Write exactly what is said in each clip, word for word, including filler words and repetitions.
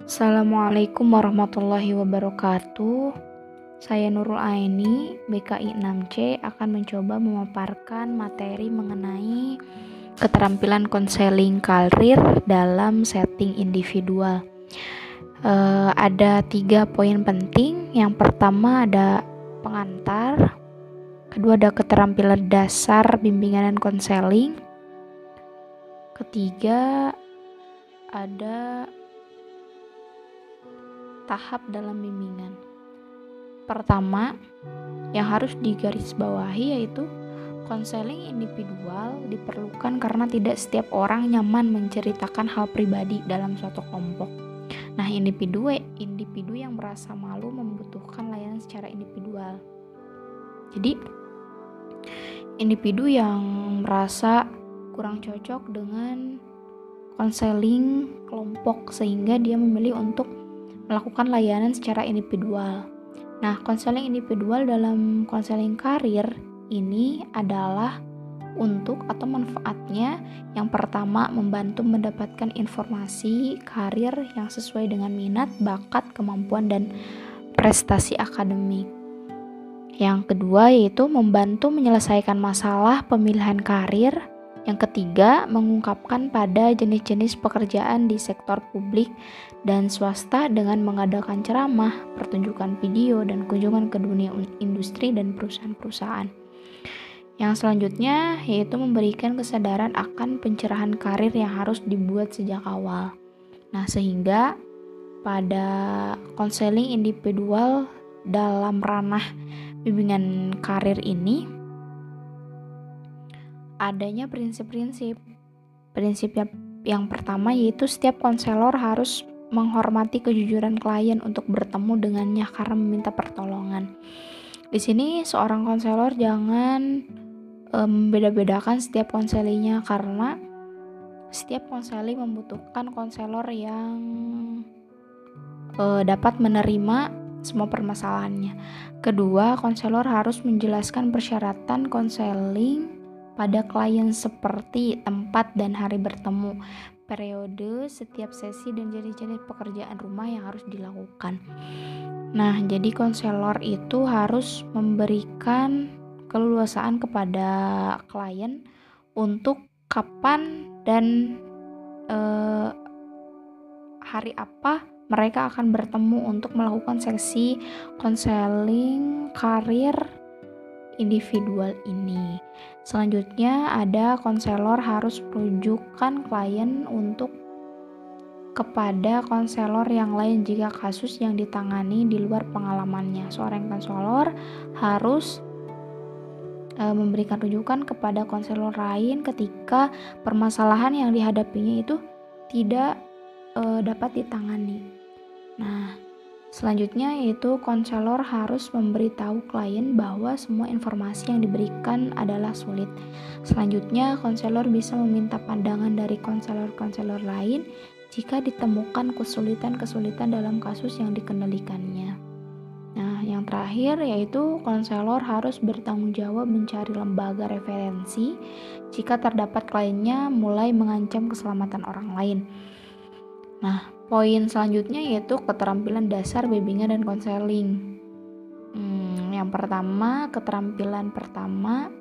Assalamualaikum warahmatullahi wabarakatuh. Saya Nurul Aini, B K I enam C akan mencoba memaparkan materi mengenai keterampilan konseling karir dalam setting individual. Uh, ada tiga poin penting. Yang pertama ada pengantar, kedua ada keterampilan dasar bimbingan dan konseling, ketiga ada tahap dalam bimbingan. Pertama, yang harus digarisbawahi yaitu konseling individual diperlukan karena tidak setiap orang nyaman menceritakan hal pribadi dalam suatu kelompok. Nah, individu individu yang merasa malu membutuhkan layanan secara individual. Jadi, individu yang merasa kurang cocok dengan konseling kelompok sehingga dia memilih untuk melakukan layanan secara individual. Nah, konseling individual dalam konseling karir ini adalah untuk atau manfaatnya yang pertama membantu mendapatkan informasi karir yang sesuai dengan minat, bakat, kemampuan, dan prestasi akademik. Yang kedua yaitu membantu menyelesaikan masalah pemilihan karir. Yang ketiga, mengungkapkan pada jenis-jenis pekerjaan di sektor publik dan swasta dengan mengadakan ceramah, pertunjukan video, dan kunjungan ke dunia industri dan perusahaan-perusahaan. Yang selanjutnya yaitu memberikan kesadaran akan pencerahan karir yang harus dibuat sejak awal. Nah, sehingga pada konseling individual dalam ranah bimbingan karir ini adanya prinsip-prinsip. Prinsip yang pertama yaitu setiap konselor harus menghormati kejujuran klien untuk bertemu dengannya karena meminta pertolongan. Di sini seorang konselor jangan membeda-bedakan um, setiap konselinya karena setiap konseling membutuhkan konselor yang uh, dapat menerima semua permasalahannya. Kedua, konselor harus menjelaskan persyaratan konseling pada klien seperti tempat dan hari bertemu, periode setiap sesi, dan jenis-jenis pekerjaan rumah yang harus dilakukan. Nah, jadi konselor itu harus memberikan keleluasaan kepada klien untuk kapan dan eh, hari apa mereka akan bertemu untuk melakukan sesi konseling karir individual ini. Selanjutnya ada konselor harus merujukan klien untuk kepada konselor yang lain jika kasus yang ditangani di luar pengalamannya. Seorang konselor harus e, memberikan rujukan kepada konselor lain ketika permasalahan yang dihadapinya itu tidak e, dapat ditangani. Nah, selanjutnya yaitu konselor harus memberitahu klien bahwa semua informasi yang diberikan adalah sulit. Selanjutnya, konselor bisa meminta pandangan dari konselor-konselor lain jika ditemukan kesulitan-kesulitan dalam kasus yang dikendalikannya. Nah, yang terakhir yaitu konselor harus bertanggung jawab mencari lembaga referensi jika terdapat kliennya mulai mengancam keselamatan orang lain. Nah, poin selanjutnya yaitu keterampilan dasar bimbingan dan konseling. Hmm, yang pertama, keterampilan pertama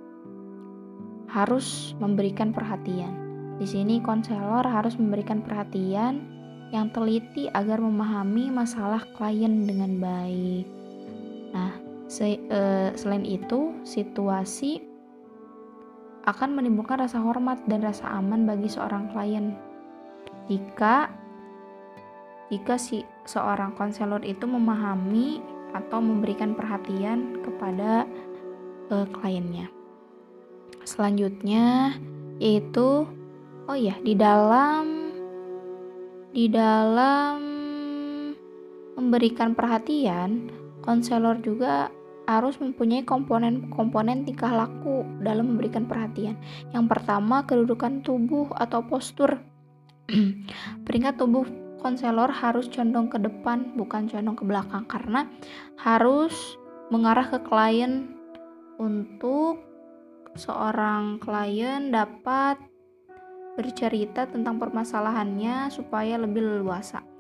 harus memberikan perhatian. Di sini konselor harus memberikan perhatian yang teliti agar memahami masalah klien dengan baik. Nah, se- e, selain itu, situasi akan menimbulkan rasa hormat dan rasa aman bagi seorang klien. Jika jika si seorang konselor itu memahami atau memberikan perhatian kepada e, kliennya. Selanjutnya yaitu oh ya, di dalam di dalam memberikan perhatian, konselor juga harus mempunyai komponen-komponen tingkah laku dalam memberikan perhatian. Yang pertama, kedudukan tubuh atau postur. Peringkat tubuh konselor harus condong ke depan, bukan condong ke belakang, karena harus mengarah ke klien untuk seorang klien dapat bercerita tentang permasalahannya supaya lebih leluasa.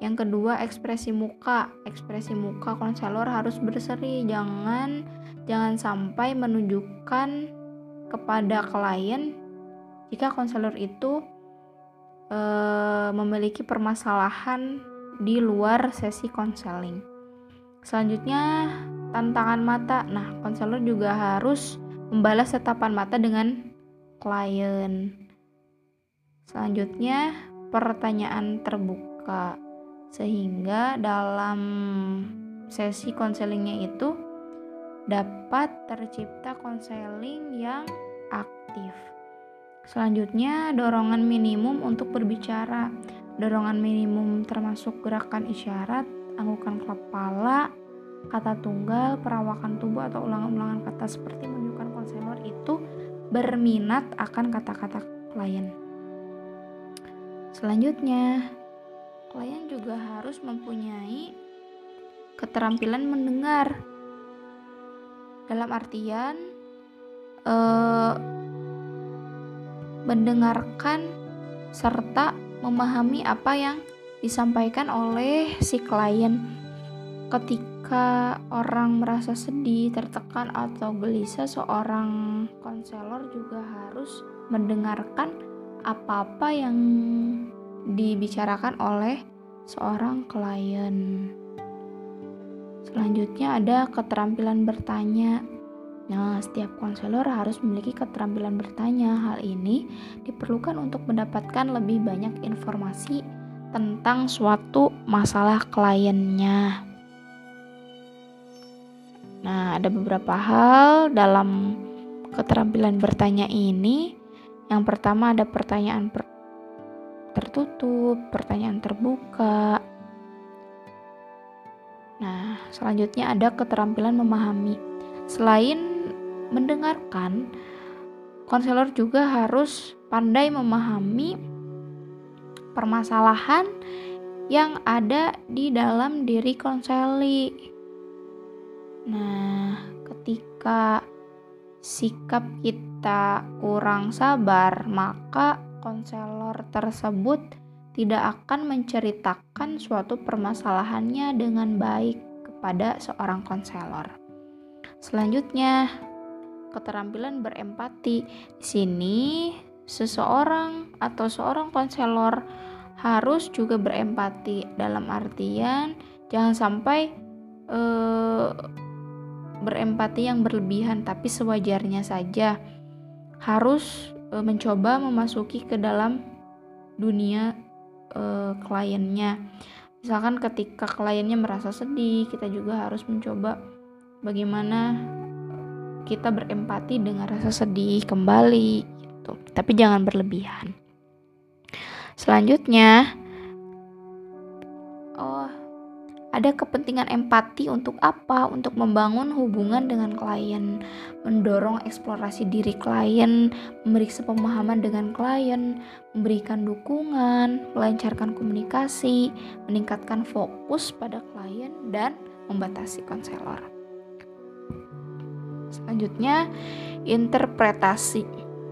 Yang kedua, ekspresi muka. Ekspresi muka konselor harus berseri, jangan jangan sampai menunjukkan kepada klien jika konselor itu e, memiliki permasalahan di luar sesi konseling. Selanjutnya, tantangan mata. Nah, konselor juga harus membalas tatapan mata dengan klien. Selanjutnya, pertanyaan terbuka, sehingga dalam sesi konselingnya itu dapat tercipta konseling yang aktif. Selanjutnya, dorongan minimum untuk berbicara. Dorongan minimum termasuk gerakan isyarat, anggukan kepala, kata tunggal, perawakan tubuh atau ulangan-ulangan kata seperti menunjukkan konselor itu berminat akan kata-kata klien. Selanjutnya, klien juga harus mempunyai keterampilan mendengar. Dalam artian eh, mendengarkan serta memahami apa yang disampaikan oleh si klien. Ketika orang merasa sedih, tertekan atau gelisah, seorang konselor juga harus mendengarkan apa-apa yang dibicarakan oleh seorang klien. Selanjutnya ada keterampilan bertanya. Nah, setiap konselor harus memiliki keterampilan bertanya. Hal ini diperlukan untuk mendapatkan lebih banyak informasi tentang suatu masalah kliennya. Nah, ada beberapa hal dalam keterampilan bertanya ini. Yang pertama ada pertanyaan per- tertutup, pertanyaan terbuka. Nah, selanjutnya ada keterampilan memahami. Selain mendengarkan, konselor juga harus pandai memahami permasalahan yang ada di dalam diri konseli. Nah, ketika sikap kita kurang sabar, maka konselor tersebut tidak akan menceritakan suatu permasalahannya dengan baik kepada seorang konselor. Selanjutnya, keterampilan berempati. Di sini seseorang atau seorang konselor harus juga berempati, dalam artian jangan sampai eh, berempati yang berlebihan, tapi sewajarnya saja. Harus e, mencoba memasuki ke dalam dunia e, kliennya. Misalkan ketika kliennya merasa sedih, kita juga harus mencoba bagaimana kita berempati dengan rasa sedih kembali gitu. Tapi jangan berlebihan. Selanjutnya, oh ada kepentingan empati untuk apa? Untuk membangun hubungan dengan klien, mendorong eksplorasi diri klien, memeriksa pemahaman dengan klien, memberikan dukungan, melancarkan komunikasi, meningkatkan fokus pada klien, dan membatasi konselor. Selanjutnya, interpretasi.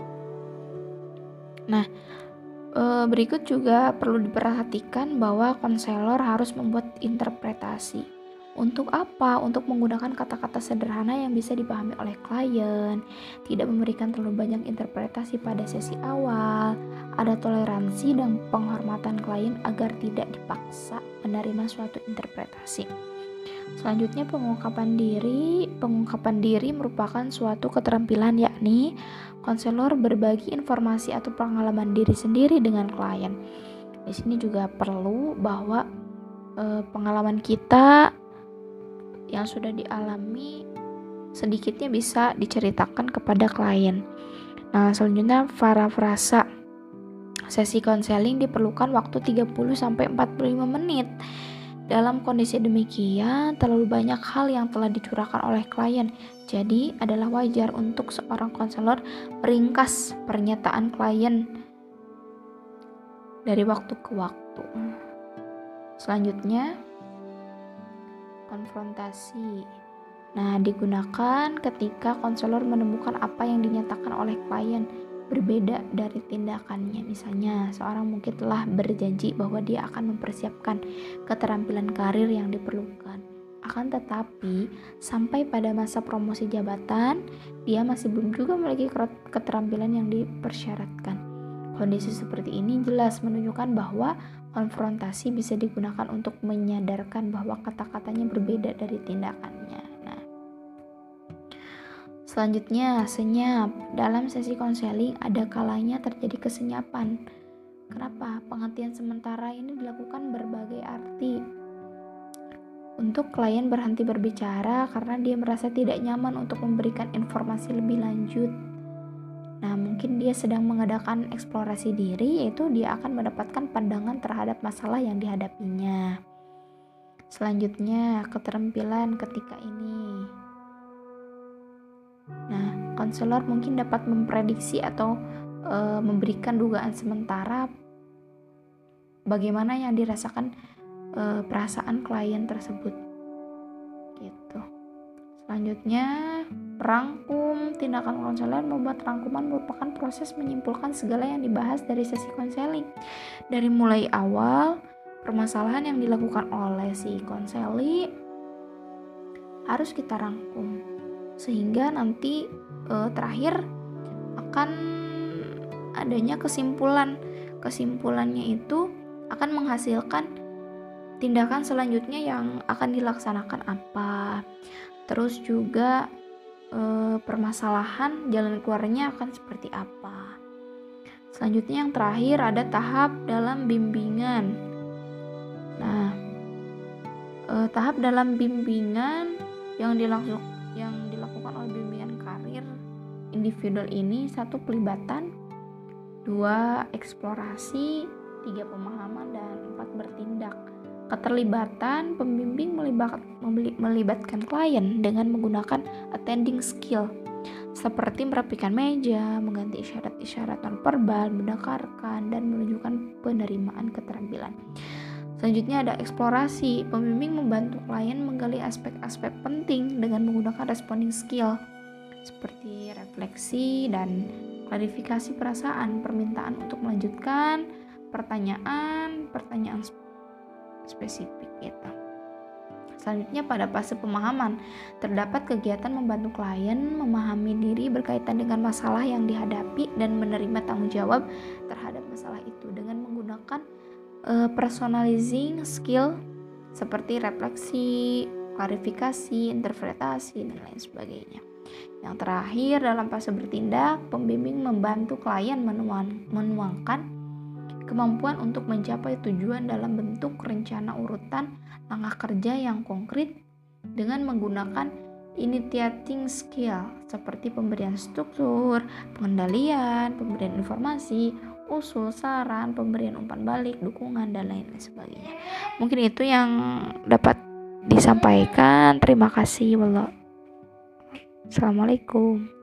Nah, berikut juga perlu diperhatikan bahwa konselor harus membuat interpretasi. Untuk apa? Untuk menggunakan kata-kata sederhana yang bisa dipahami oleh klien, tidak memberikan terlalu banyak interpretasi pada sesi awal, ada toleransi dan penghormatan klien agar tidak dipaksa menerima suatu interpretasi. Selanjutnya, pengungkapan diri. Pengungkapan diri merupakan suatu keterampilan, yakni konselor berbagi informasi atau pengalaman diri sendiri dengan klien. Di sini juga perlu bahwa e, pengalaman kita yang sudah dialami sedikitnya bisa diceritakan kepada klien. Nah, selanjutnya parafrasa. Sesi konseling diperlukan waktu tiga puluh sampai empat puluh lima menit. Dalam kondisi demikian, terlalu banyak hal yang telah dicurahkan oleh klien. Jadi, adalah wajar untuk seorang konselor meringkas pernyataan klien dari waktu ke waktu. Selanjutnya, konfrontasi. Nah, digunakan ketika konselor menemukan apa yang dinyatakan oleh klien berbeda dari tindakannya. Misalnya, seorang mungkin telah berjanji bahwa dia akan mempersiapkan keterampilan karir yang diperlukan. Akan tetapi, sampai pada masa promosi jabatan, dia masih belum juga memiliki keterampilan yang dipersyaratkan. Kondisi seperti ini jelas menunjukkan bahwa konfrontasi bisa digunakan untuk menyadarkan bahwa kata-katanya berbeda dari tindakannya. Selanjutnya, senyap. Dalam sesi konseling ada kalanya terjadi kesenyapan. Kenapa? Penghentian sementara ini dilakukan berbagai arti. Untuk klien berhenti berbicara karena dia merasa tidak nyaman untuk memberikan informasi lebih lanjut. Nah, mungkin dia sedang mengadakan eksplorasi diri, yaitu dia akan mendapatkan pandangan terhadap masalah yang dihadapinya. Selanjutnya, keterampilan ketika ini. Nah, konselor mungkin dapat memprediksi atau e, memberikan dugaan sementara bagaimana yang dirasakan e, perasaan klien tersebut. Gitu. Selanjutnya, rangkum. Tindakan konselor membuat rangkuman merupakan proses menyimpulkan segala yang dibahas dari sesi konseling. Dari mulai awal, permasalahan yang dilakukan oleh si konseli harus kita rangkum. Sehingga nanti e, terakhir akan adanya kesimpulan. Kesimpulannya itu akan menghasilkan tindakan selanjutnya yang akan dilaksanakan apa. Terus juga e, permasalahan jalan keluarnya akan seperti apa. Selanjutnya yang terakhir ada tahap dalam bimbingan. Nah, e, tahap dalam bimbingan yang dilangsung yang dilakukan oleh bimbingan karir individual ini: satu, pelibatan; dua, eksplorasi; tiga, pemahaman; dan empat, bertindak. Keterlibatan, pembimbing melibat, melibatkan klien dengan menggunakan attending skill seperti merapikan meja, mengganti isyarat-isyarat nonverbal, mendengarkan, dan menunjukkan penerimaan keterampilan. Selanjutnya ada eksplorasi. Pembimbing membantu klien menggali aspek-aspek penting dengan menggunakan responding skill seperti refleksi dan klarifikasi perasaan, permintaan untuk melanjutkan, pertanyaan, pertanyaan spesifik gitu. Selanjutnya pada fase pemahaman, terdapat kegiatan membantu klien memahami diri berkaitan dengan masalah yang dihadapi dan menerima tanggung jawab terhadap masalah itu dengan menggunakan uh, personalizing skill seperti refleksi, klarifikasi, interpretasi, dan lain sebagainya. Yang terakhir, dalam fase bertindak, pembimbing membantu klien menuang, menuangkan kemampuan untuk mencapai tujuan dalam bentuk rencana urutan langkah kerja yang konkret dengan menggunakan initiating skill seperti pemberian struktur, pengendalian, pemberian informasi, usul, saran, pemberian umpan balik, dukungan, dan lain sebagainya. Mungkin itu yang dapat disampaikan. Terima kasih. Assalamualaikum.